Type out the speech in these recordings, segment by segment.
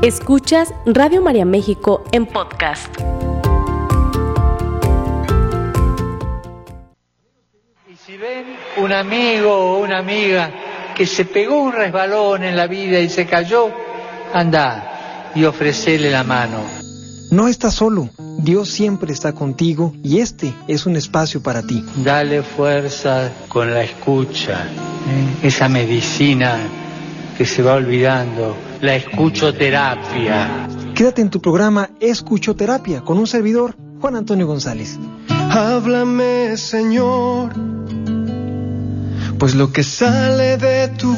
Escuchas Radio María México en podcast. Y si ven un amigo o una amiga que se pegó un resbalón en la vida y se cayó, anda y ofrecele la mano. No estás solo, Dios siempre está contigo y este es un espacio para ti. Dale fuerza con la escucha, esa medicina que se va olvidando, la escuchoterapia. Quédate en tu programa Escuchoterapia con un servidor, Juan Antonio González. Háblame, Señor, pues lo que sale de tu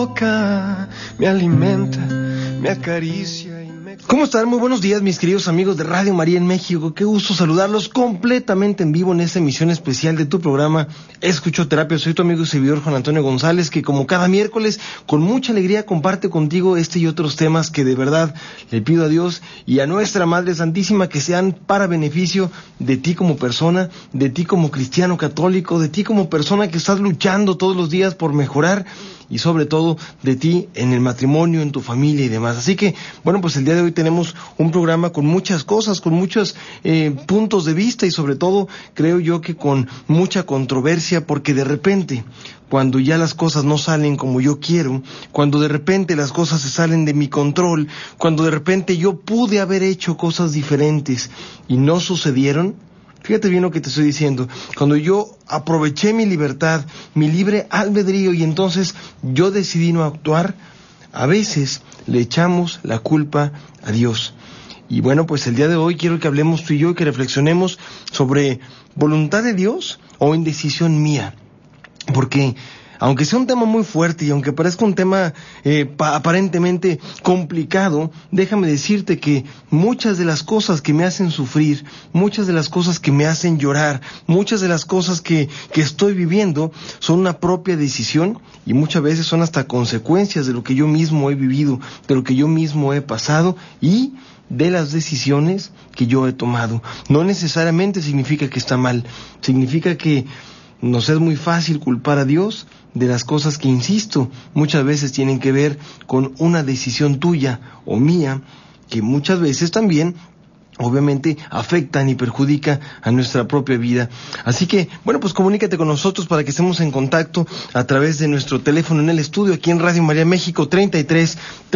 boca me alimenta, me acaricia. ¿Cómo están? Muy buenos días, mis queridos amigos de Radio María en México. Qué gusto saludarlos completamente en vivo en esta emisión especial de tu programa Escuchoterapia. Soy tu amigo y servidor Juan Antonio González, que como cada miércoles, con mucha alegría comparte contigo este y otros temas que de verdad le pido a Dios y a nuestra Madre Santísima que sean para beneficio de ti como persona, de ti como cristiano católico, de ti como persona que estás luchando todos los días por mejorar y sobre todo de ti en el matrimonio, en tu familia y demás. Así que, bueno, pues el día de hoy tenemos un programa con muchas cosas, con muchos puntos de vista y sobre todo creo yo que con mucha controversia, porque de repente, cuando ya las cosas no salen como yo quiero, cuando de repente las cosas se salen de mi control, cuando de repente yo pude haber hecho cosas diferentes y no sucedieron, fíjate bien lo que te estoy diciendo, cuando yo aproveché mi libertad, mi libre albedrío y entonces yo decidí no actuar, a veces le echamos la culpa a Dios. Y bueno, pues el día de hoy quiero que hablemos tú y yo y que reflexionemos sobre voluntad de Dios o indecisión mía. Porque aunque sea un tema muy fuerte y aunque parezca un tema aparentemente complicado, déjame decirte que muchas de las cosas que me hacen sufrir, muchas de las cosas que me hacen llorar, muchas de las cosas que estoy viviendo son una propia decisión y muchas veces son hasta consecuencias de lo que yo mismo he vivido, de lo que yo mismo he pasado y de las decisiones que yo he tomado. No necesariamente significa que está mal, significa que nos es muy fácil culpar a Dios de las cosas que, insisto, muchas veces tienen que ver con una decisión tuya o mía, que muchas veces también obviamente afectan y perjudican a nuestra propia vida. Así que, bueno, pues comunícate con nosotros para que estemos en contacto a través de nuestro teléfono en el estudio aquí en Radio María México 33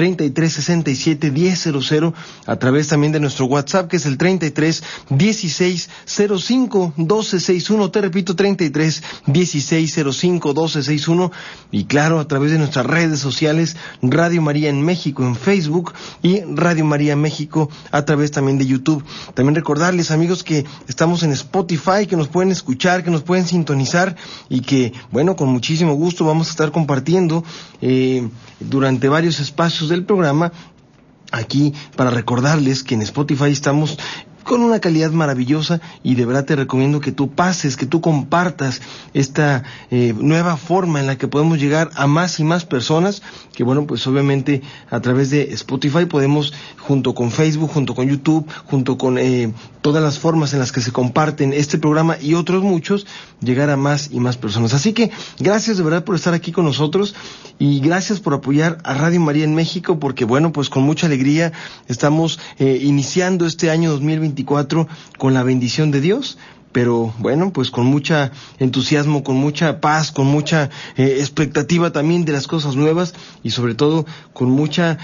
67 1000, a través también de nuestro WhatsApp que es el 33 16 05 12 61, te repito 33 16 05 12 61 y claro a través de nuestras redes sociales Radio María en México en Facebook y Radio María México a través también de YouTube. También recordarles, amigos, que estamos en Spotify, que nos pueden escuchar, que nos pueden sintonizar y que, bueno, con muchísimo gusto vamos a estar compartiendo durante varios espacios del programa aquí para recordarles que en Spotify estamos con una calidad maravillosa y de verdad te recomiendo que tú pases, que tú compartas esta nueva forma en la que podemos llegar a más y más personas, que bueno, pues obviamente a través de Spotify podemos, junto con Facebook, junto con YouTube, junto con todas las formas en las que se comparten este programa y otros muchos, llegar a más y más personas. Así que gracias de verdad por estar aquí con nosotros y gracias por apoyar a Radio María en México, porque bueno, pues con mucha alegría estamos iniciando este año 2024 con la bendición de Dios, pero bueno, pues con mucha entusiasmo, con mucha paz, con mucha expectativa también de las cosas nuevas y sobre todo con mucha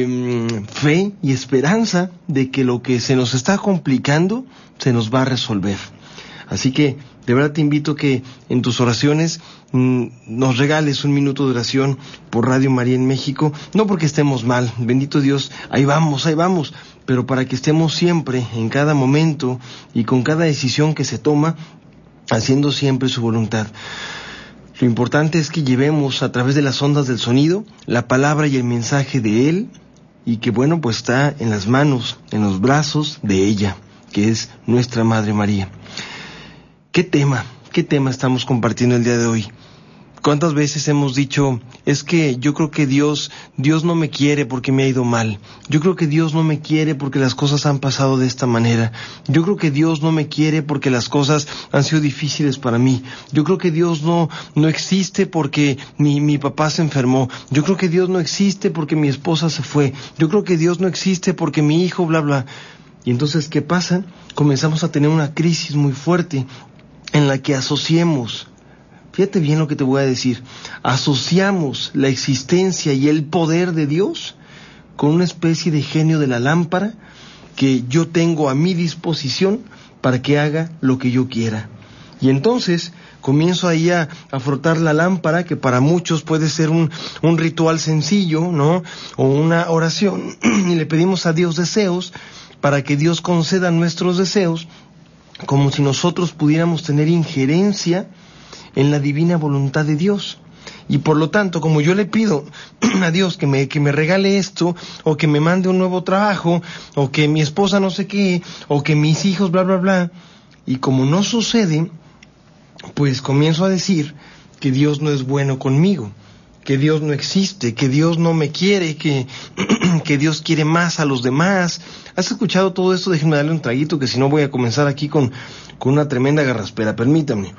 fe y esperanza de que lo que se nos está complicando se nos va a resolver. Así que de verdad te invito que en tus oraciones nos regales un minuto de oración por Radio María en México, no porque estemos mal, bendito Dios, ahí vamos, pero para que estemos siempre, en cada momento y con cada decisión que se toma, haciendo siempre su voluntad. Lo importante es que llevemos a través de las ondas del sonido la palabra y el mensaje de Él y que bueno, pues está en las manos, en los brazos de ella, que es nuestra Madre María. ¿Qué tema estamos compartiendo el día de hoy? ¿Cuántas veces hemos dicho, es que yo creo que Dios no me quiere porque me ha ido mal? Yo creo que Dios no me quiere porque las cosas han pasado de esta manera. Yo creo que Dios no me quiere porque las cosas han sido difíciles para mí. Yo creo que Dios no existe porque mi papá se enfermó. Yo creo que Dios no existe porque mi esposa se fue. Yo creo que Dios no existe porque mi hijo, bla, bla. Y entonces, ¿qué pasa? Comenzamos a tener una crisis muy fuerte en la que asociemos. Fíjate bien lo que te voy a decir. Asociamos la existencia y el poder de Dios con una especie de genio de la lámpara que yo tengo a mi disposición para que haga lo que yo quiera. Y entonces comienzo ahí a frotar la lámpara, que para muchos puede ser un ritual sencillo, ¿no? O una oración, y le pedimos a Dios deseos para que Dios conceda nuestros deseos, como si nosotros pudiéramos tener injerencia en la divina voluntad de Dios. Y por lo tanto, como yo le pido a Dios que me regale esto, o que me mande un nuevo trabajo, o que mi esposa no sé qué, o que mis hijos bla bla bla, y como no sucede, pues comienzo a decir que Dios no es bueno conmigo, que Dios no existe, que Dios no me quiere, que Dios quiere más a los demás. ¿Has escuchado todo esto? Déjenme darle un traguito, que si no voy a comenzar aquí con una tremenda garraspera, permítanme.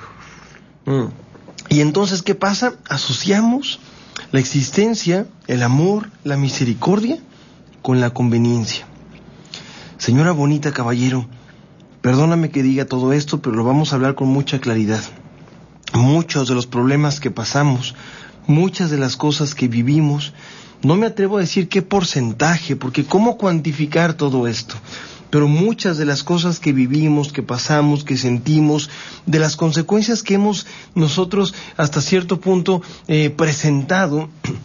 Y entonces, ¿qué pasa? Asociamos la existencia, el amor, la misericordia con la conveniencia. Señora bonita, caballero, perdóname que diga todo esto, pero lo vamos a hablar con mucha claridad. Muchos de los problemas que pasamos, muchas de las cosas que vivimos, no me atrevo a decir qué porcentaje, porque ¿cómo cuantificar todo esto? Pero muchas de las cosas que vivimos, que pasamos, que sentimos, de las consecuencias que hemos nosotros hasta cierto punto presentado,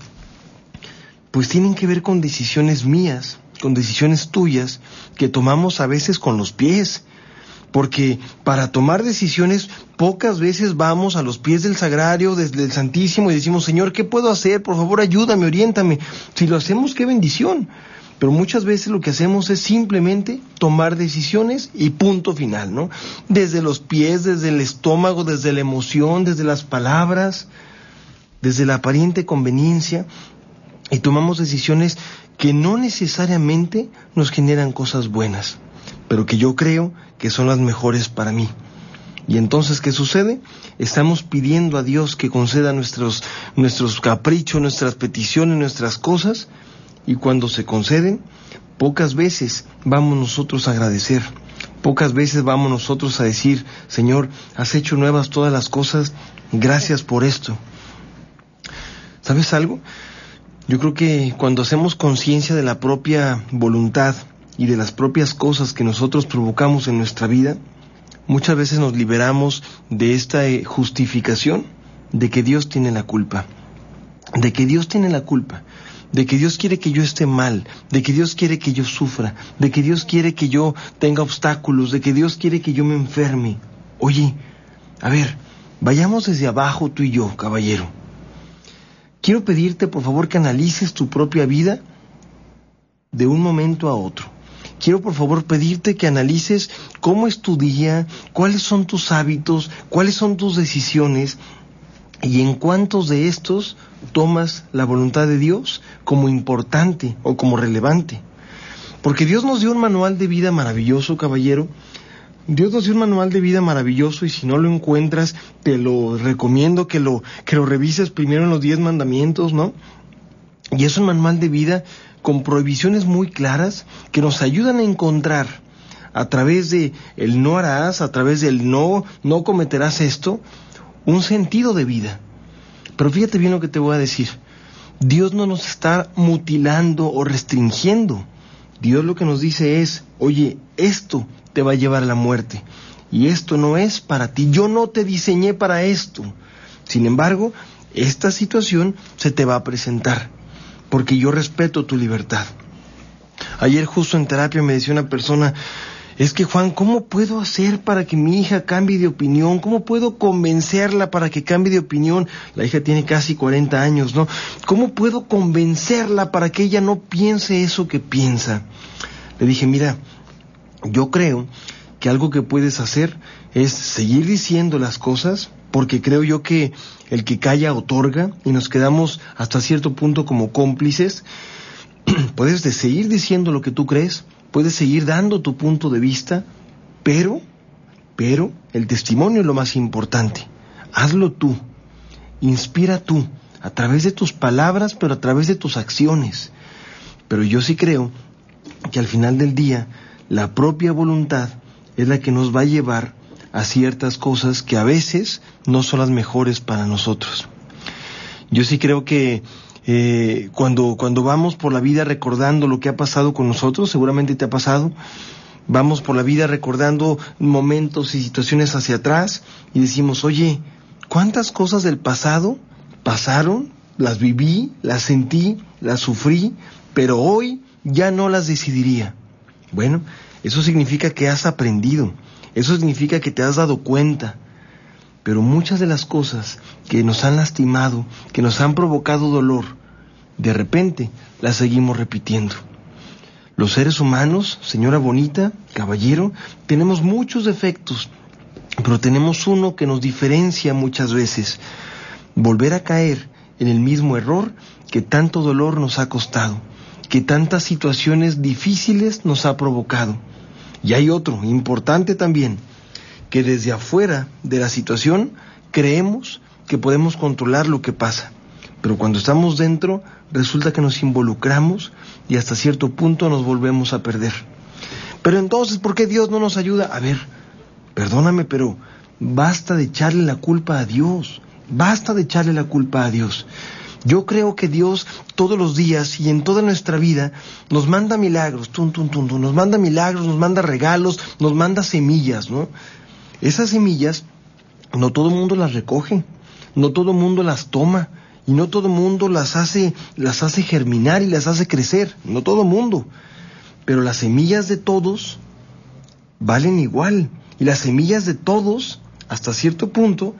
pues tienen que ver con decisiones mías, con decisiones tuyas, que tomamos a veces con los pies. Porque para tomar decisiones, pocas veces vamos a los pies del sagrario, desde el Santísimo, y decimos, Señor, ¿qué puedo hacer? Por favor, ayúdame, oriéntame. Si lo hacemos, qué bendición. Pero muchas veces lo que hacemos es simplemente tomar decisiones y punto final, ¿no? Desde los pies, desde el estómago, desde la emoción, desde las palabras, desde la aparente conveniencia, y tomamos decisiones que no necesariamente nos generan cosas buenas, pero que yo creo que son las mejores para mí. Y entonces, ¿qué sucede? Estamos pidiendo a Dios que conceda nuestros caprichos, nuestras peticiones, nuestras cosas, y cuando se conceden, pocas veces vamos nosotros a agradecer, pocas veces vamos nosotros a decir, Señor, has hecho nuevas todas las cosas, gracias por esto. ¿Sabes algo? Yo creo que cuando hacemos conciencia de la propia voluntad y de las propias cosas que nosotros provocamos en nuestra vida, muchas veces nos liberamos de esta justificación de que Dios tiene la culpa, de que Dios tiene la culpa, de que Dios quiere que yo esté mal, de que Dios quiere que yo sufra, de que Dios quiere que yo tenga obstáculos, de que Dios quiere que yo me enferme. Oye, a ver, vayamos desde abajo tú y yo, caballero. Quiero pedirte, por favor, que analices tu propia vida de un momento a otro. Quiero, por favor, pedirte que analices cómo es tu día, cuáles son tus hábitos, cuáles son tus decisiones, y en cuántos de estos tomas la voluntad de Dios como importante o como relevante. Porque Dios nos dio un manual de vida maravilloso, caballero. Dios nos dio un manual de vida maravilloso, y si no lo encuentras, te lo recomiendo que lo revises primero en los 10 mandamientos, ¿no? Y es un manual de vida con prohibiciones muy claras que nos ayudan a encontrar, a través de el no harás, a través del no cometerás esto, un sentido de vida. Pero fíjate bien lo que te voy a decir. Dios no nos está mutilando o restringiendo. Dios lo que nos dice es, oye, esto te va a llevar a la muerte, y esto no es para ti. Yo no te diseñé para esto. Sin embargo, esta situación se te va a presentar, porque yo respeto tu libertad. Ayer justo en terapia me decía una persona, es que Juan, ¿cómo puedo hacer para que mi hija cambie de opinión? ¿Cómo puedo convencerla para que cambie de opinión? La hija tiene casi 40 años, ¿no? ¿Cómo puedo convencerla para que ella no piense eso que piensa? Le dije, mira, yo creo que algo que puedes hacer es seguir diciendo las cosas, porque creo yo que el que calla otorga y nos quedamos hasta cierto punto como cómplices. Puedes seguir diciendo lo que tú crees, puedes seguir dando tu punto de vista, pero el testimonio es lo más importante. Hazlo tú, inspira tú, a través de tus palabras, pero a través de tus acciones. Pero yo sí creo que al final del día, la propia voluntad es la que nos va a llevar a ciertas cosas que a veces no son las mejores para nosotros. Yo sí creo que cuando vamos por la vida recordando lo que ha pasado con nosotros, seguramente te ha pasado, vamos por la vida recordando momentos y situaciones hacia atrás y decimos, oye, ¿cuántas cosas del pasado pasaron? Las viví, las sentí, las sufrí, pero hoy ya no las decidiría. Bueno, eso significa que has aprendido, eso significa que te has dado cuenta. Pero muchas de las cosas que nos han lastimado, que nos han provocado dolor, de repente las seguimos repitiendo. Los seres humanos, señora bonita, caballero, tenemos muchos defectos, pero tenemos uno que nos diferencia muchas veces: volver a caer en el mismo error que tanto dolor nos ha costado, que tantas situaciones difíciles nos ha provocado. Y hay otro importante también, que desde afuera de la situación creemos que podemos controlar lo que pasa, pero cuando estamos dentro resulta que nos involucramos y hasta cierto punto nos volvemos a perder. Pero entonces, ¿por qué Dios no nos ayuda? A ver, perdóname, pero basta de echarle la culpa a Dios, basta de echarle la culpa a Dios. Yo creo que Dios todos los días y en toda nuestra vida nos manda milagros, nos manda milagros, nos manda regalos, nos manda semillas, ¿no? Esas semillas no todo el mundo las recoge, no todo el mundo las toma y no todo el mundo las hace germinar y las hace crecer, no todo el mundo. Pero las semillas de todos valen igual y las semillas de todos, hasta cierto punto,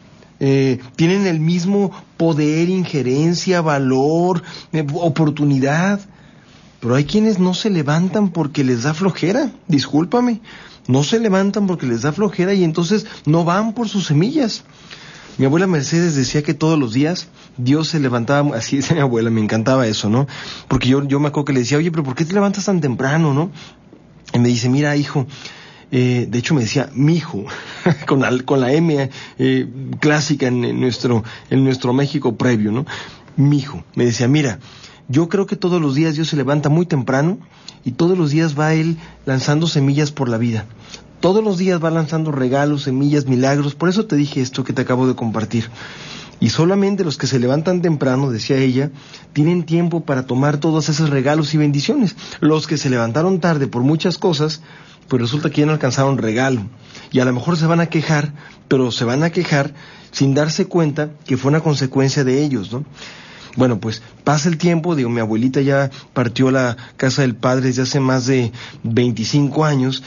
tienen el mismo poder, injerencia, valor, oportunidad. Pero hay quienes no se levantan porque les da flojera, discúlpame. No se levantan porque les da flojera y entonces no van por sus semillas. Mi abuela Mercedes decía que todos los días Dios se levantaba, así decía mi abuela, me encantaba eso, ¿no? Porque yo me acuerdo que le decía, oye, pero ¿por qué te levantas tan temprano, no? Y me dice, mira, hijo, de hecho me decía, mijo, con la M clásica en nuestro México previo, ¿no? Mijo, me decía, mira, yo creo que todos los días Dios se levanta muy temprano y todos los días va Él lanzando semillas por la vida. Todos los días va lanzando regalos, semillas, milagros. Por eso te dije esto que te acabo de compartir. Y solamente los que se levantan temprano, decía ella, tienen tiempo para tomar todos esos regalos y bendiciones. Los que se levantaron tarde por muchas cosas, pues resulta que ya no alcanzaron regalo. Y a lo mejor se van a quejar, pero se van a quejar sin darse cuenta que fue una consecuencia de ellos, ¿no? Bueno, pues pasa el tiempo, digo, mi abuelita ya partió a la casa del padre desde hace más de 25 años.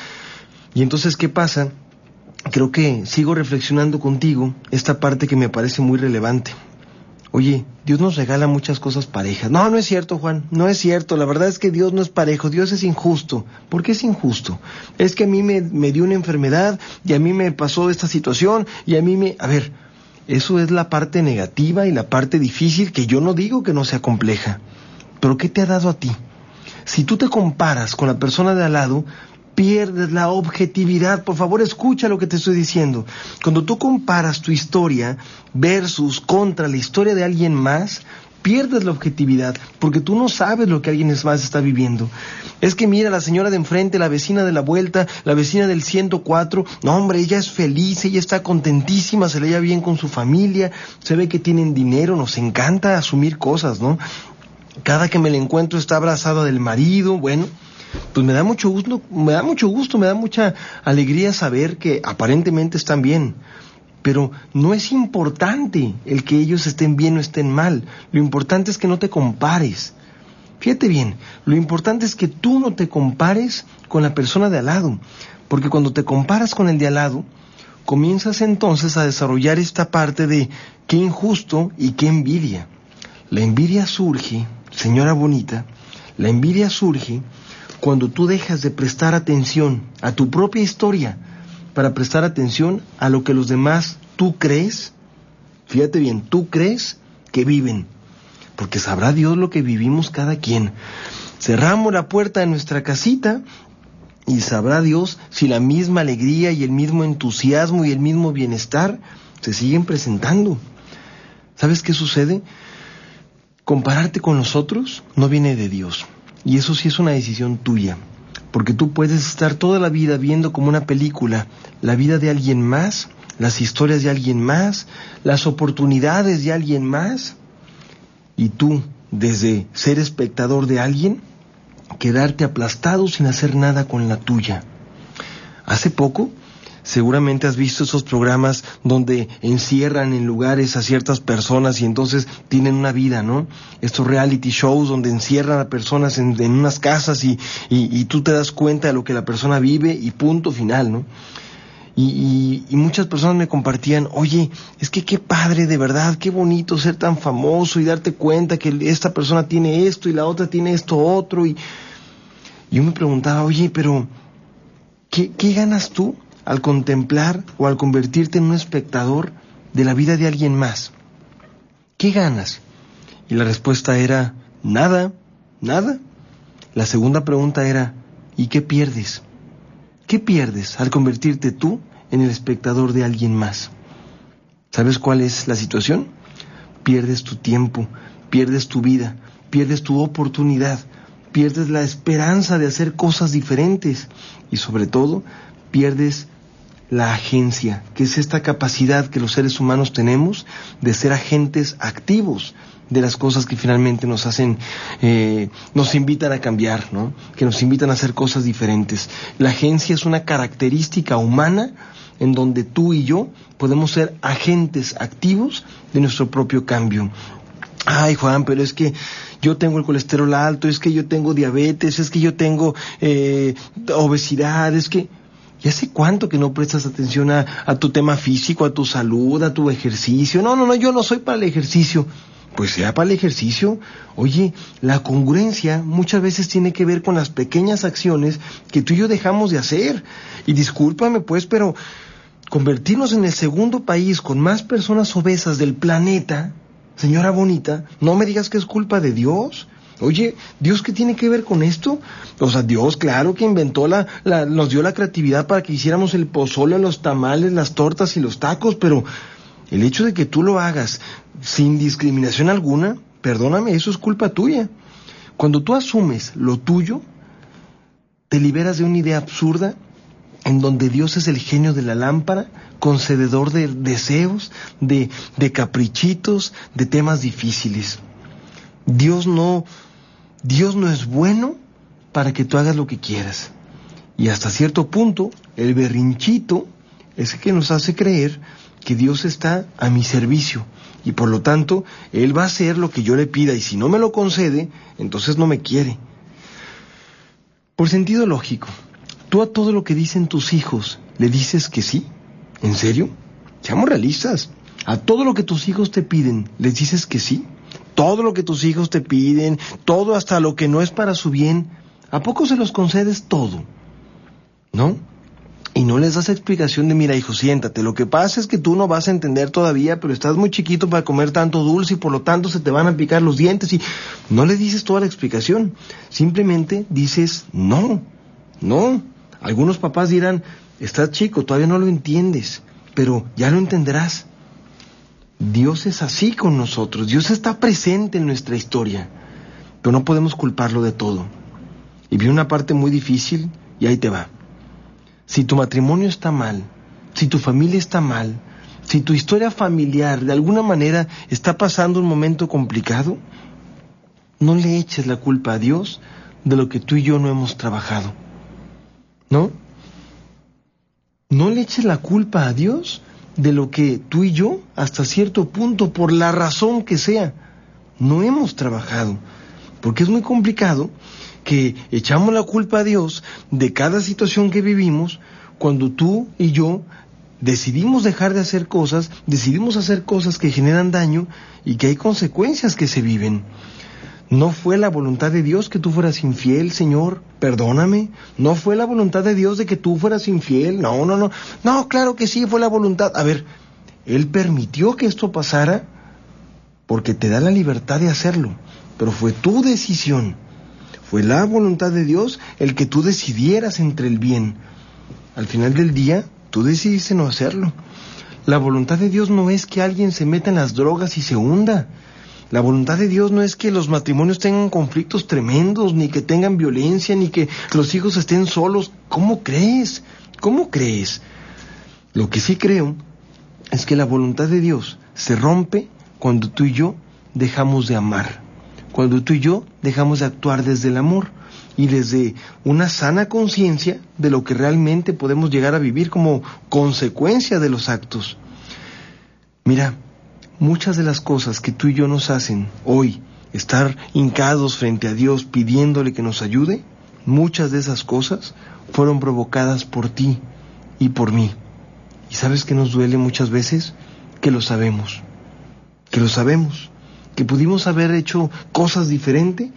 Y entonces, ¿qué pasa? Creo que sigo reflexionando contigo esta parte que me parece muy relevante. Oye, Dios nos regala muchas cosas parejas. No es cierto, Juan, no es cierto. La verdad es que Dios no es parejo, Dios es injusto. ¿Por qué es injusto? Es que a mí me dio una enfermedad y a mí me pasó esta situación y a mí me... A ver, eso es la parte negativa y la parte difícil, que yo no digo que no sea compleja. Pero ¿qué te ha dado a ti? Si tú te comparas con la persona de al lado, pierdes la objetividad. Por favor, escucha lo que te estoy diciendo. Cuando tú comparas tu historia versus contra la historia de alguien más, pierdes la objetividad, porque tú no sabes lo que alguien más está viviendo. Es que mira, la señora de enfrente, la vecina de la vuelta, la vecina del 104, no hombre, ella es feliz, ella está contentísima, se le lleva bien con su familia, se ve que tienen dinero, nos encanta asumir cosas, ¿no? Cada que me la encuentro está abrazada del marido. Bueno, pues me da mucho gusto, me da mucha alegría saber que aparentemente están bien. Pero no es importante el que ellos estén bien o estén mal. Lo importante es que no te compares. Fíjate bien, lo importante es que tú no te compares con la persona de al lado. Porque cuando te comparas con el de al lado, comienzas entonces a desarrollar esta parte de qué injusto y qué envidia. La envidia surge, señora bonita, la envidia surge cuando tú dejas de prestar atención a tu propia historia para prestar atención a lo que los demás tú crees, fíjate bien, tú crees que viven, porque sabrá Dios lo que vivimos cada quien. Cerramos la puerta de nuestra casita y sabrá Dios si la misma alegría y el mismo entusiasmo y el mismo bienestar se siguen presentando. ¿Sabes qué sucede? Compararte con los otros no viene de Dios, y eso sí es una decisión tuya, porque tú puedes estar toda la vida viendo como una película la vida de alguien más, las historias de alguien más, las oportunidades de alguien más, y tú, desde ser espectador de alguien, quedarte aplastado sin hacer nada con la tuya. Hace poco, seguramente has visto esos programas donde encierran en lugares a ciertas personas y entonces tienen una vida, ¿no? Estos reality shows donde encierran a personas en unas casas y tú te das cuenta de lo que la persona vive y punto final, ¿no? Y muchas personas me compartían, oye, es que qué padre, de verdad, qué bonito ser tan famoso y darte cuenta que esta persona tiene esto y la otra tiene esto otro. Y yo me preguntaba, oye, pero ¿qué ganas tú al contemplar o al convertirte en un espectador de la vida de alguien más? ¿Qué ganas? Y la respuesta era, nada, nada. La segunda pregunta era, ¿y qué pierdes? ¿Qué pierdes al convertirte tú en el espectador de alguien más? ¿Sabes cuál es la situación? Pierdes tu tiempo, pierdes tu vida, pierdes tu oportunidad, pierdes la esperanza de hacer cosas diferentes y sobre todo pierdes la agencia, que es esta capacidad que los seres humanos tenemos de ser agentes activos de las cosas que finalmente nos hacen, nos invitan a cambiar, ¿no? Que nos invitan a hacer cosas diferentes. La agencia es una característica humana en donde tú y yo podemos ser agentes activos de nuestro propio cambio. Ay, Juan, pero es que yo tengo el colesterol alto, es que yo tengo diabetes, es que yo tengo obesidad, es que... ¿Y hace cuánto que no prestas atención a tu tema físico, a tu salud, a tu ejercicio? No, yo no soy para el ejercicio. Pues sea para el ejercicio. Oye, la congruencia muchas veces tiene que ver con las pequeñas acciones que tú y yo dejamos de hacer. Y discúlpame pues, pero convertirnos en el segundo país con más personas obesas del planeta, señora bonita, no me digas que es culpa de Dios. Oye, ¿Dios qué tiene que ver con esto? O sea, Dios, claro que inventó nos dio la creatividad para que hiciéramos el pozole, los tamales, las tortas y los tacos, pero el hecho de que tú lo hagas sin discriminación alguna, perdóname, eso es culpa tuya. Cuando tú asumes lo tuyo, te liberas de una idea absurda en donde Dios es el genio de la lámpara, concededor de deseos, de caprichitos, de temas difíciles. Dios no es bueno para que tú hagas lo que quieras. Y hasta cierto punto, el berrinchito es el que nos hace creer que Dios está a mi servicio. Y por lo tanto, Él va a hacer lo que yo le pida. Y si no me lo concede, entonces no me quiere. Por sentido lógico, tú a todo lo que dicen tus hijos, ¿le dices que sí? ¿En serio? Seamos realistas. A todo lo que tus hijos te piden, ¿les dices que sí? Todo lo que tus hijos te piden, todo hasta lo que no es para su bien, ¿a poco se los concedes todo? ¿No? Y no les das explicación de, mira, hijo, siéntate, lo que pasa es que tú no vas a entender todavía, pero estás muy chiquito para comer tanto dulce y por lo tanto se te van a picar los dientes y no le dices toda la explicación, simplemente dices no. Algunos papás dirán, estás chico, todavía no lo entiendes, pero ya lo entenderás. Dios es así con nosotros, Dios está presente en nuestra historia, pero no podemos culparlo de todo. Y viene una parte muy difícil y ahí te va. Si tu matrimonio está mal, si tu familia está mal, si tu historia familiar de alguna manera está pasando un momento complicado, no le eches la culpa a Dios de lo que tú y yo no hemos trabajado. ¿No? No le eches la culpa a Dios de lo que tú y yo, hasta cierto punto, por la razón que sea, no hemos trabajado. Porque es muy complicado que echamos la culpa a Dios de cada situación que vivimos cuando tú y yo decidimos dejar de hacer cosas, decidimos hacer cosas que generan daño y que hay consecuencias que se viven. No fue la voluntad de Dios que tú fueras infiel, Señor, perdóname. No fue la voluntad de Dios de que tú fueras infiel. No, claro que sí fue la voluntad. A ver, Él permitió que esto pasara porque te da la libertad de hacerlo, pero fue tu decisión. Fue la voluntad de Dios el que tú decidieras entre el bien. Al final del día, tú decidiste no hacerlo. La voluntad de Dios no es que alguien se meta en las drogas y se hunda. La voluntad de Dios no es que los matrimonios tengan conflictos tremendos, ni que tengan violencia, ni que los hijos estén solos. ¿Cómo crees? ¿Cómo crees? Lo que sí creo es que la voluntad de Dios se rompe cuando tú y yo dejamos de amar, cuando tú y yo dejamos de actuar desde el amor y desde una sana conciencia de lo que realmente podemos llegar a vivir como consecuencia de los actos. Mira, muchas de las cosas que tú y yo nos hacen hoy, estar hincados frente a Dios pidiéndole que nos ayude, muchas de esas cosas fueron provocadas por ti y por mí. ¿Y sabes qué nos duele muchas veces? Que lo sabemos, que pudimos haber hecho cosas diferentes,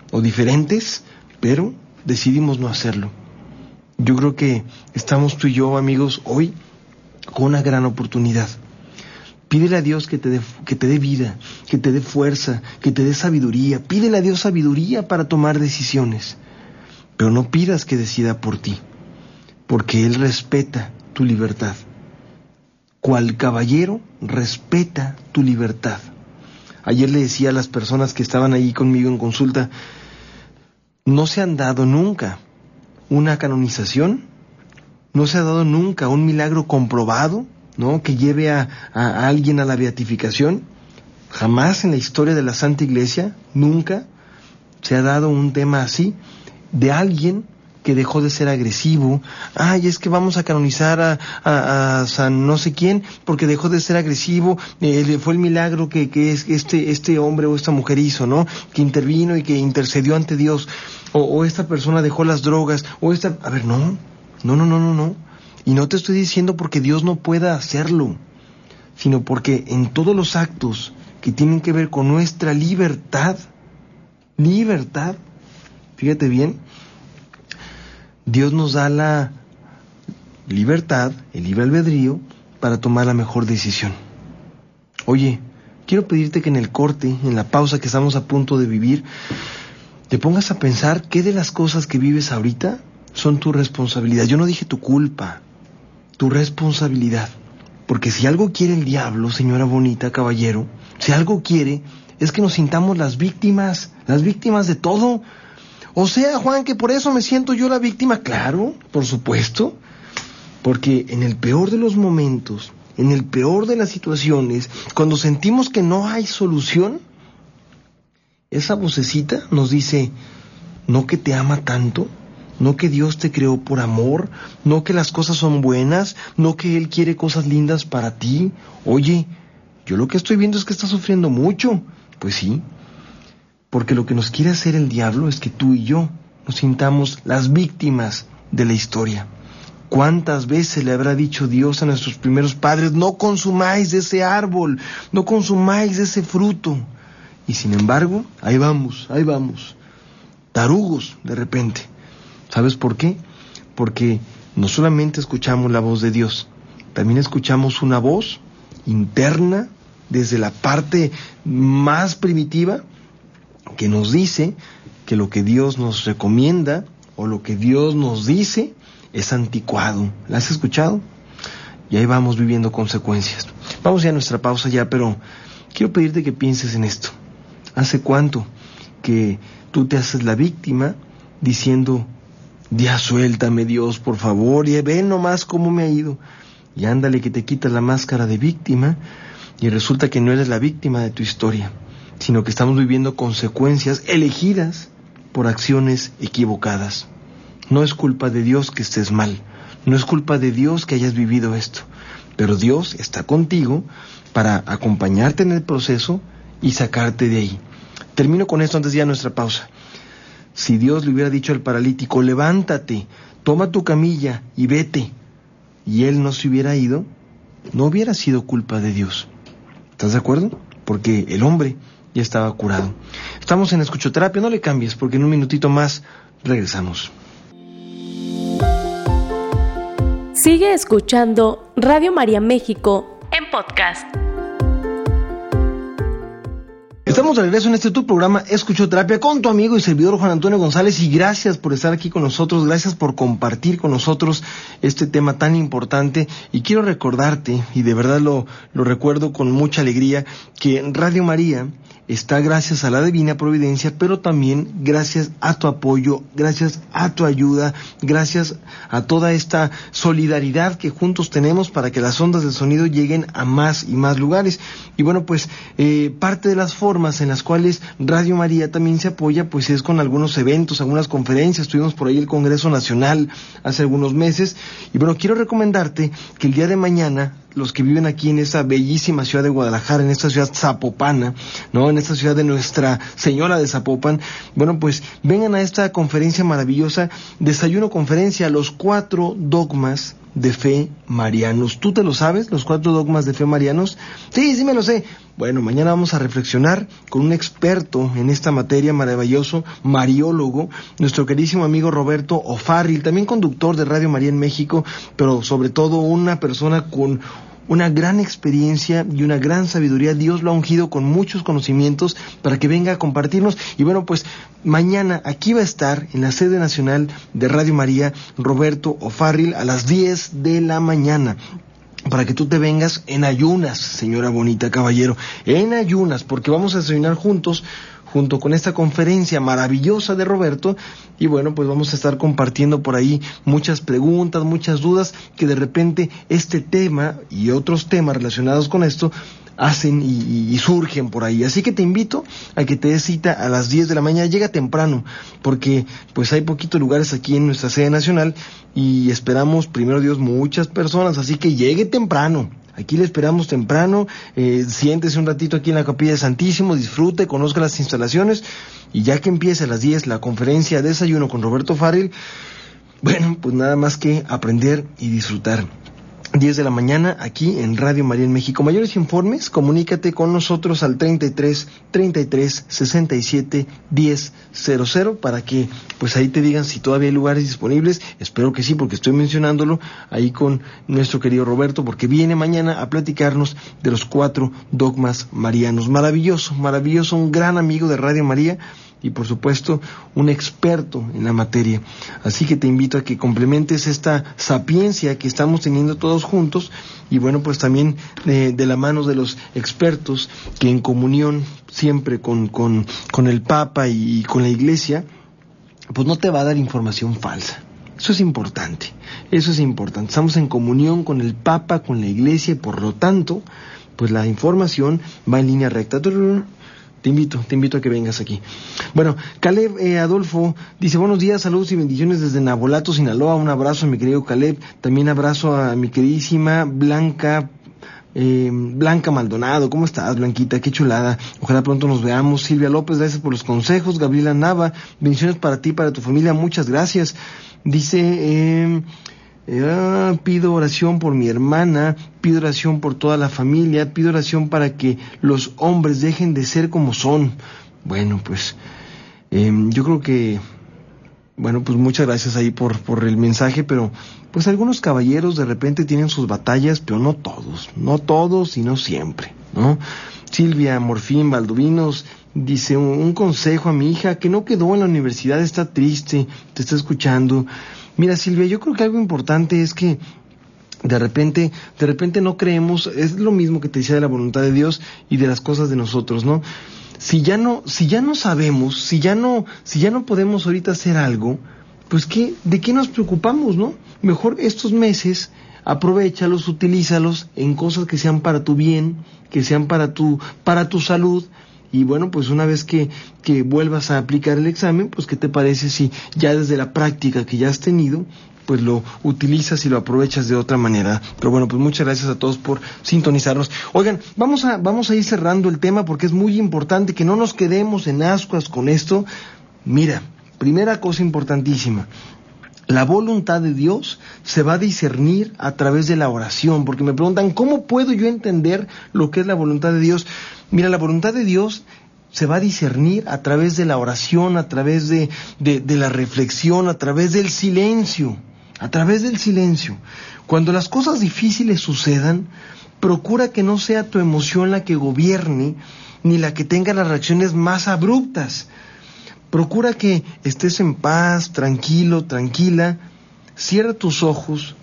pero decidimos no hacerlo. Yo creo que estamos tú y yo, amigos, hoy con una gran oportunidad. Pídele a Dios que te dé vida, que te dé fuerza, que te dé sabiduría. Pídele a Dios sabiduría para tomar decisiones. Pero no pidas que decida por ti, porque Él respeta tu libertad. Cual caballero respeta tu libertad. Ayer le decía a las personas que estaban ahí conmigo en consulta, no se han dado nunca una canonización, no se ha dado nunca un milagro comprobado, ¿no?, que lleve a alguien a la beatificación. Jamás en la historia de la Santa Iglesia, nunca se ha dado un tema así, de alguien que dejó de ser agresivo. Ay, es que vamos a canonizar a San no sé quién porque dejó de ser agresivo. Fue el milagro que este hombre o esta mujer hizo, ¿no?, que intervino y que intercedió ante Dios. O esta persona dejó las drogas. A ver, no. Y no te estoy diciendo porque Dios no pueda hacerlo, sino porque en todos los actos que tienen que ver con nuestra libertad, fíjate bien, Dios nos da la libertad, el libre albedrío, para tomar la mejor decisión. Oye, quiero pedirte que en el corte, en la pausa que estamos a punto de vivir, te pongas a pensar qué de las cosas que vives ahorita son tu responsabilidad. Yo no dije tu culpa, tu responsabilidad. Porque si algo quiere el diablo, señora bonita, caballero, si algo quiere, es que nos sintamos las víctimas de todo. O sea, Juan, que por eso me siento yo la víctima. Claro, por supuesto. Porque en el peor de los momentos, en el peor de las situaciones, cuando sentimos que no hay solución, esa vocecita nos dice, no que te ama tanto, no que Dios te creó por amor, no que las cosas son buenas, no que Él quiere cosas lindas para ti. Oye, yo lo que estoy viendo es que estás sufriendo mucho. Pues sí, porque lo que nos quiere hacer el diablo es que tú y yo nos sintamos las víctimas de la historia. ¿Cuántas veces le habrá dicho Dios a nuestros primeros padres, no consumáis de ese árbol, no consumáis de ese fruto? Y sin embargo, ahí vamos, tarugos de repente. ¿Sabes por qué? Porque no solamente escuchamos la voz de Dios, también escuchamos una voz interna desde la parte más primitiva que nos dice que lo que Dios nos recomienda o lo que Dios nos dice es anticuado. ¿La has escuchado? Y ahí vamos viviendo consecuencias. Vamos ya a nuestra pausa ya, pero quiero pedirte que pienses en esto. ¿Hace cuánto que tú te haces la víctima diciendo, ya suéltame Dios, por favor, y ve nomás cómo me ha ido? Y ándale que te quitas la máscara de víctima y resulta que no eres la víctima de tu historia, sino que estamos viviendo consecuencias elegidas por acciones equivocadas. No es culpa de Dios que estés mal, no es culpa de Dios que hayas vivido esto, pero Dios está contigo para acompañarte en el proceso y sacarte de ahí. Termino con esto antes de ir a nuestra pausa. Si Dios le hubiera dicho al paralítico, levántate, toma tu camilla y vete, y él no se hubiera ido, no hubiera sido culpa de Dios. ¿Estás de acuerdo? Porque el hombre ya estaba curado. Estamos en Escuchoterapia, no le cambies, porque en un minutito más regresamos. Sigue escuchando Radio María México en podcast. Estamos de regreso en tu programa Escuchoterapia con tu amigo y servidor Juan Antonio González, y gracias por estar aquí con nosotros, gracias por compartir con nosotros este tema tan importante. Y quiero recordarte, y de verdad lo recuerdo con mucha alegría, que Radio María está gracias a la divina providencia, pero también gracias a tu apoyo, gracias a tu ayuda, gracias a toda esta solidaridad que juntos tenemos para que las ondas del sonido lleguen a más y más lugares. Y bueno, pues parte de las formas en las cuales Radio María también se apoya, pues es con algunos eventos, algunas conferencias. Tuvimos por ahí el Congreso Nacional hace algunos meses, y bueno, quiero recomendarte que el día de mañana, los que viven aquí en esta bellísima ciudad de Guadalajara, en esta ciudad zapopana, ¿no? En esta ciudad de Nuestra Señora de Zapopan, bueno, pues vengan a esta conferencia maravillosa, Desayuno Conferencia, los 4 dogmas de fe marianos. ¿Tú te lo sabes, los 4 dogmas de fe marianos? Sí me lo sé. Bueno, mañana vamos a reflexionar con un experto en esta materia, maravilloso mariólogo, nuestro queridísimo amigo Roberto O'Farrill, también conductor de Radio María en México, pero sobre todo una persona con una gran experiencia y una gran sabiduría. Dios lo ha ungido con muchos conocimientos para que venga a compartirnos. Y bueno, pues mañana aquí va a estar en la sede nacional de Radio María Roberto O'Farrill a las 10 de la mañana. Para que tú te vengas en ayunas, señora bonita, caballero, en ayunas, porque vamos a desayunar juntos, junto con esta conferencia maravillosa de Roberto. Y bueno, pues vamos a estar compartiendo por ahí muchas preguntas, muchas dudas, que de repente este tema y otros temas relacionados con esto hacen y surgen por ahí. Así que te invito a que te des cita a las 10 de la mañana. Llega temprano, porque pues hay poquitos lugares aquí en nuestra sede nacional y esperamos, primero Dios, muchas personas, así que llegue temprano. Aquí le esperamos temprano, siéntese un ratito aquí en la Capilla de Santísimo, disfrute, conozca las instalaciones, y ya que empiece a las 10 la conferencia Desayuno con Roberto O'Farrill, bueno, pues nada más que aprender y disfrutar. 10 de la mañana aquí en Radio María en México. Mayores informes, comunícate con nosotros al 33 33 67 10 00 para que pues ahí te digan si todavía hay lugares disponibles. Espero que sí, porque estoy mencionándolo ahí con nuestro querido Roberto, porque viene mañana a platicarnos de los 4 dogmas marianos. Maravilloso, maravilloso, un gran amigo de Radio María y por supuesto un experto en la materia. Así que te invito a que complementes esta sapiencia que estamos teniendo todos juntos, y bueno, pues también de la mano de los expertos que en comunión siempre con el Papa y con la Iglesia, pues no te va a dar información falsa. Eso es importante, eso es importante. Estamos en comunión con el Papa, con la Iglesia, y por lo tanto, pues la información va en línea recta. Te invito a que vengas aquí. Bueno, Caleb Adolfo dice: buenos días, saludos y bendiciones desde Nabolato, Sinaloa. Un abrazo a mi querido Caleb. También abrazo a mi queridísima Blanca Maldonado. ¿Cómo estás, Blanquita? Qué chulada. Ojalá pronto nos veamos. Silvia López, gracias por los consejos. Gabriela Nava, bendiciones para ti, para tu familia. Muchas gracias. Dice... pido oración por mi hermana, pido oración por toda la familia, pido oración para que los hombres dejen de ser como son. Bueno, pues yo creo que, bueno, pues muchas gracias ahí por el mensaje, pero pues algunos caballeros de repente tienen sus batallas, pero no todos y no siempre, ¿no? Silvia Morfín Valdovinos dice: un consejo a mi hija que no quedó en la universidad, está triste, te está escuchando. Mira, Silvia, yo creo que algo importante es que de repente no creemos, es lo mismo que te decía de la voluntad de Dios y de las cosas de nosotros, ¿no? Si ya no sabemos, si ya no podemos ahorita hacer algo, pues ¿de qué nos preocupamos, no? Mejor estos meses aprovéchalos, utilízalos en cosas que sean para tu bien, que sean para tu salud. Y bueno, pues una vez que vuelvas a aplicar el examen, pues ¿qué te parece si ya desde la práctica que ya has tenido, pues lo utilizas y lo aprovechas de otra manera? Pero bueno, pues muchas gracias a todos por sintonizarnos. Oigan, vamos a ir cerrando el tema, porque es muy importante que no nos quedemos en ascuas con esto. Mira, primera cosa importantísima: la voluntad de Dios se va a discernir a través de la oración, porque me preguntan, ¿cómo puedo yo entender lo que es la voluntad de Dios? Mira, la voluntad de Dios se va a discernir a través de la oración, a través de la reflexión, a través del silencio, Cuando las cosas difíciles sucedan, Procura que no sea tu emoción la que gobierne, ni la que tenga las reacciones más abruptas. Procura que estés en paz, tranquilo, tranquila. Cierra tus ojos,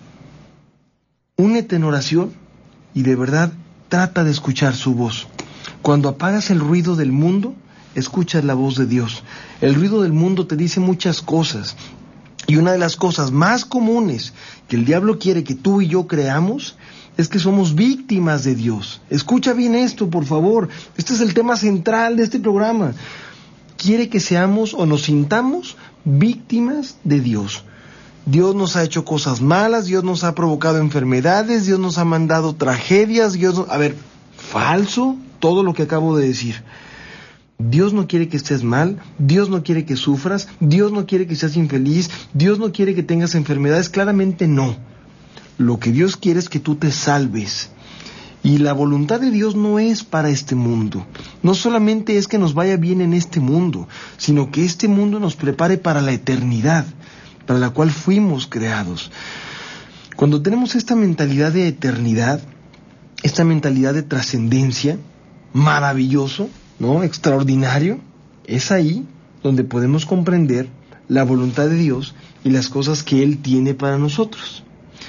únete en oración y de verdad trata de escuchar su voz. Cuando apagas el ruido del mundo, escuchas la voz de Dios. El ruido del mundo te dice muchas cosas. Y una de las cosas más comunes que el diablo quiere que tú y yo creamos es que somos víctimas de Dios. Escucha bien esto, por favor. Este es el tema central de este programa. Quiere que seamos o nos sintamos víctimas de Dios. Dios nos ha hecho cosas malas, Dios nos ha provocado enfermedades, Dios nos ha mandado tragedias, A ver, falso todo lo que acabo de decir. Dios no quiere que estés mal, Dios no quiere que sufras, Dios no quiere que seas infeliz, Dios no quiere que tengas enfermedades, claramente no. Lo que Dios quiere es que tú te salves. Y la voluntad de Dios no es para este mundo. No solamente es que nos vaya bien en este mundo, sino que este mundo nos prepare para la eternidad, para la cual fuimos creados. Cuando tenemos esta mentalidad de eternidad, esta mentalidad de trascendencia, maravilloso, ¿no? Extraordinario, es ahí donde podemos comprender la voluntad de Dios y las cosas que Él tiene para nosotros.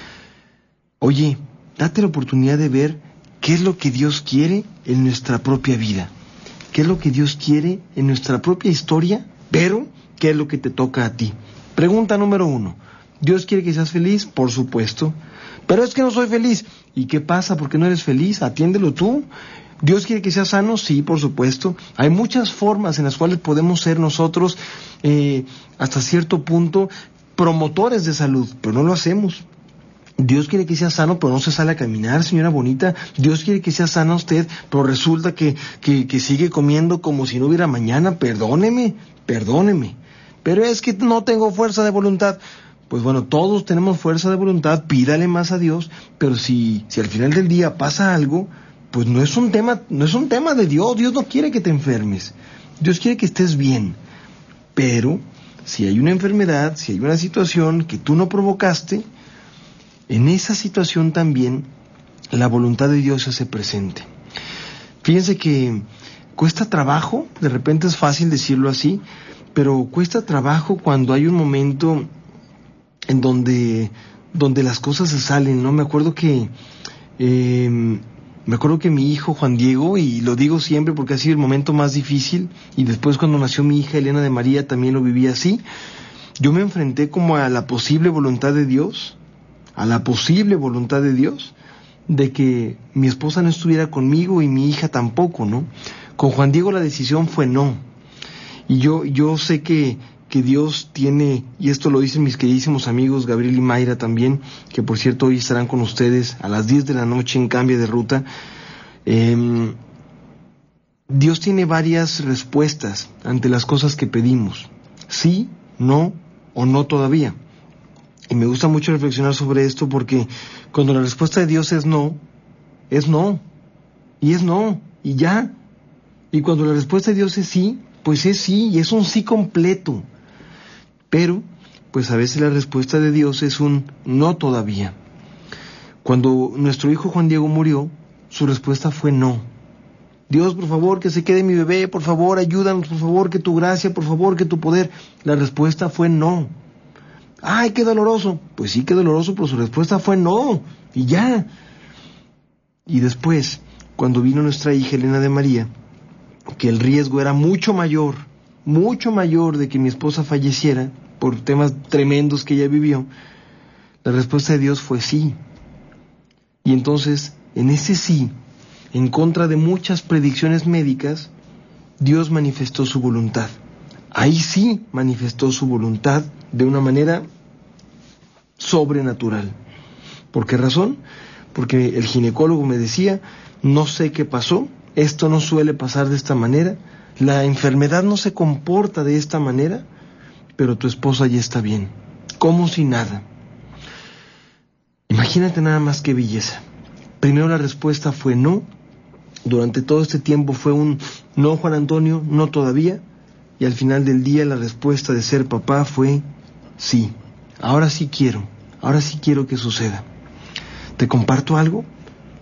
Oye, date la oportunidad de ver qué es lo que Dios quiere en nuestra propia vida, qué es lo que Dios quiere en nuestra propia historia, pero qué es lo que te toca a ti. Pregunta número 1. ¿Dios quiere que seas feliz? Por supuesto. Pero es que no soy feliz. ¿Y qué pasa? ¿Por qué no eres feliz? Atiéndelo tú. ¿Dios quiere que seas sano? Sí, por supuesto. Hay muchas formas en las cuales podemos ser nosotros, hasta cierto punto, promotores de salud, pero no lo hacemos. Dios quiere que sea sano, pero no se sale a caminar, señora bonita. Dios quiere que sea sana usted, pero resulta que sigue comiendo como si no hubiera mañana. Perdóneme. Pero es que no tengo fuerza de voluntad. Pues bueno, todos tenemos fuerza de voluntad, pídale más a Dios, pero si al final del día pasa algo, pues no es un tema de Dios. Dios no quiere que te enfermes. Dios quiere que estés bien. Pero si hay una enfermedad, si hay una situación que tú no provocaste, en esa situación también la voluntad de Dios se hace presente. Fíjense que cuesta trabajo, de repente es fácil decirlo así, pero cuesta trabajo cuando hay un momento en donde las cosas se salen, ¿no? Me acuerdo que mi hijo Juan Diego, y lo digo siempre porque ha sido el momento más difícil, y después cuando nació mi hija Elena de María también lo viví así. Yo me enfrenté como a la posible voluntad de Dios, de que mi esposa no estuviera conmigo y mi hija tampoco, ¿no? Con Juan Diego la decisión fue no. Y yo sé que Dios tiene, y esto lo dicen mis queridísimos amigos Gabriel y Mayra también, que por cierto hoy estarán con ustedes a las 10 de la noche en Cambio de Ruta. Dios tiene varias respuestas ante las cosas que pedimos. Sí, no o no todavía. Y me gusta mucho reflexionar sobre esto porque cuando la respuesta de Dios es no, es no. Y es no, y ya. Y cuando la respuesta de Dios es sí, pues es sí, y es un sí completo. Pero, pues a veces la respuesta de Dios es un no todavía. Cuando nuestro hijo Juan Diego murió, su respuesta fue no. Dios, por favor, que se quede mi bebé, por favor, ayúdanos, por favor, que tu gracia, por favor, que tu poder. La respuesta fue no. ¡Ay, qué doloroso! Pues sí, qué doloroso, pero su respuesta fue no, y ya. Y después, cuando vino nuestra hija Elena de María, que el riesgo era mucho mayor de que mi esposa falleciera por temas tremendos que ella vivió, la respuesta de Dios fue sí. Y entonces, en ese sí, en contra de muchas predicciones médicas, Dios manifestó su voluntad. Ahí sí manifestó su voluntad de una manera sobrenatural. ¿Por qué razón? Porque el ginecólogo me decía, no sé qué pasó, esto no suele pasar de esta manera, la enfermedad no se comporta de esta manera, pero tu esposa ya está bien, como si nada. Imagínate nada más qué belleza. Primero la respuesta fue no, durante todo este tiempo fue un no, Juan Antonio, no todavía, y al final del día la respuesta de ser papá fue sí, ahora sí quiero que suceda. ¿Te comparto algo?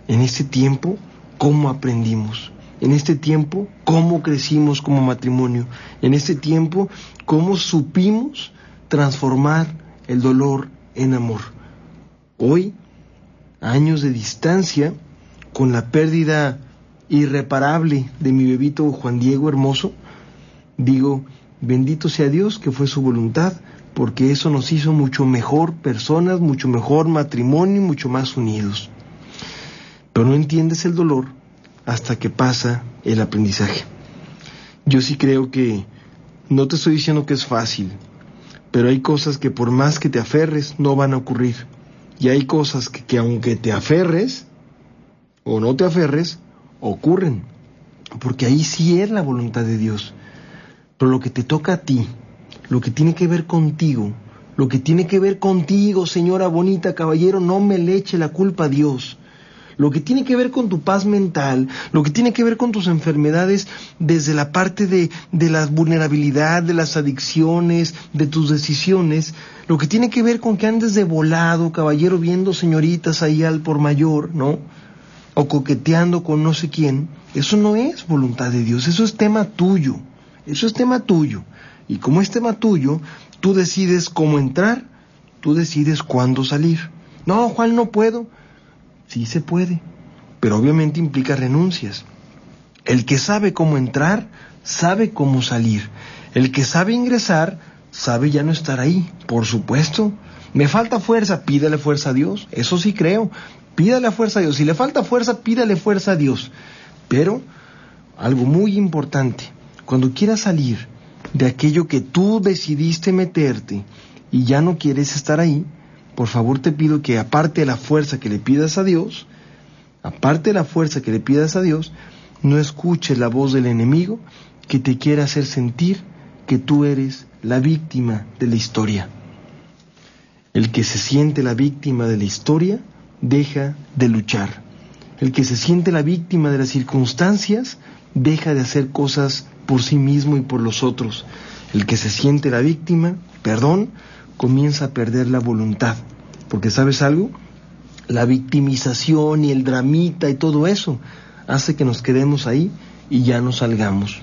En este tiempo, ¿cómo aprendimos? En este tiempo, ¿cómo crecimos como matrimonio? En este tiempo, ¿cómo supimos transformar el dolor en amor? Hoy, años de distancia, con la pérdida irreparable de mi bebito Juan Diego hermoso, digo, bendito sea Dios que fue su voluntad, porque eso nos hizo mucho mejor personas, mucho mejor matrimonio, mucho más unidos. Pero no entiendes el dolor hasta que pasa el aprendizaje. Yo sí creo que, no te estoy diciendo que es fácil, pero hay cosas que por más que te aferres no van a ocurrir. Y hay cosas que aunque te aferres o no te aferres, ocurren. Porque ahí sí es la voluntad de Dios. Pero lo que te toca a ti, lo que tiene que ver contigo, señora bonita, caballero, no me le eche la culpa a Dios. Lo que tiene que ver con tu paz mental, lo que tiene que ver con tus enfermedades desde la parte de la vulnerabilidad, de las adicciones, de tus decisiones, lo que tiene que ver con que andes de volado, caballero, viendo señoritas ahí al por mayor, ¿no? O coqueteando con no sé quién, eso no es voluntad de Dios, eso es tema tuyo, Y como es tema tuyo, tú decides cómo entrar, tú decides cuándo salir. No, Juan, no puedo. Sí se puede, pero obviamente implica renuncias. El que sabe cómo entrar, sabe cómo salir. El que sabe ingresar, sabe ya no estar ahí, por supuesto. Me falta fuerza, pídale fuerza a Dios, eso sí creo. Pídale fuerza a Dios, si le falta fuerza, pídale fuerza a Dios. Pero, algo muy importante, cuando quieras salir de aquello que tú decidiste meterte y ya no quieres estar ahí, por favor te pido que aparte de la fuerza que le pidas a Dios, no escuches la voz del enemigo que te quiere hacer sentir que tú eres la víctima de la historia. El que se siente la víctima de la historia deja de luchar. El que se siente la víctima de las circunstancias deja de hacer cosas por sí mismo y por los otros. El que se siente la víctima, comienza a perder la voluntad. Porque ¿sabes algo? La victimización y el dramita y todo eso hace que nos quedemos ahí y ya no salgamos.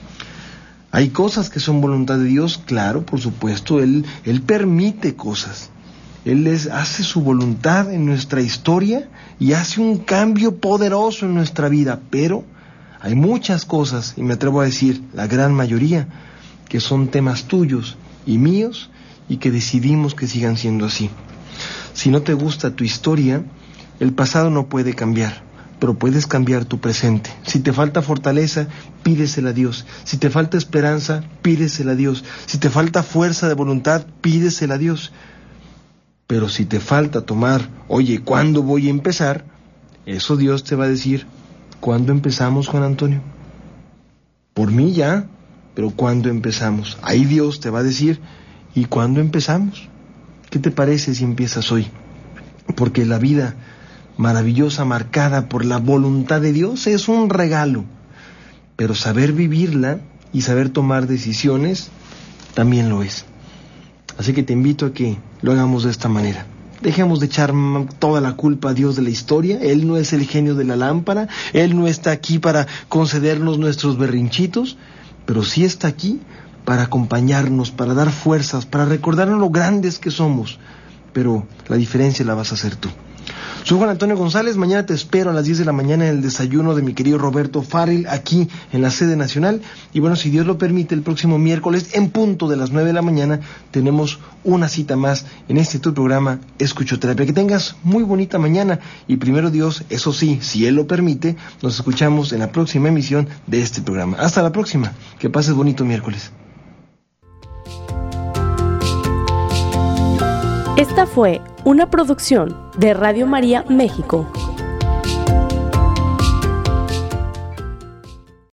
Hay cosas que son voluntad de Dios, claro, por supuesto, Él permite cosas. Él hace su voluntad en nuestra historia y hace un cambio poderoso en nuestra vida, pero hay muchas cosas, y me atrevo a decir, la gran mayoría, que son temas tuyos y míos y que decidimos que sigan siendo así. Si no te gusta tu historia, el pasado no puede cambiar, pero puedes cambiar tu presente. Si te falta fortaleza, pídesela a Dios. Si te falta esperanza, pídesela a Dios. Si te falta fuerza de voluntad, pídesela a Dios. Pero si te falta tomar, oye, ¿cuándo voy a empezar? Eso Dios te va a decir, ¿cuándo empezamos, Juan Antonio? Por mí ya, pero ¿cuándo empezamos? Ahí Dios te va a decir, ¿y cuándo empezamos? ¿Qué te parece si empiezas hoy? Porque la vida maravillosa marcada por la voluntad de Dios es un regalo, pero saber vivirla y saber tomar decisiones también lo es. Así que te invito a que lo hagamos de esta manera. Dejemos de echar toda la culpa a Dios de la historia. Él no es el genio de la lámpara, Él no está aquí para concedernos nuestros berrinchitos, pero sí está aquí para acompañarnos, para dar fuerzas, para recordarnos lo grandes que somos. Pero la diferencia la vas a hacer tú. Soy Juan Antonio González, mañana te espero a las 10 de la mañana en el desayuno de mi querido Roberto Farrell, aquí en la sede nacional. Y bueno, si Dios lo permite, el próximo miércoles, en punto de las 9 de la mañana, tenemos una cita más en este tu programa Escuchoterapia. Que tengas muy bonita mañana y primero Dios, eso sí, si Él lo permite, nos escuchamos en la próxima emisión de este programa. Hasta la próxima, que pases bonito miércoles. Esta fue una producción de Radio María México.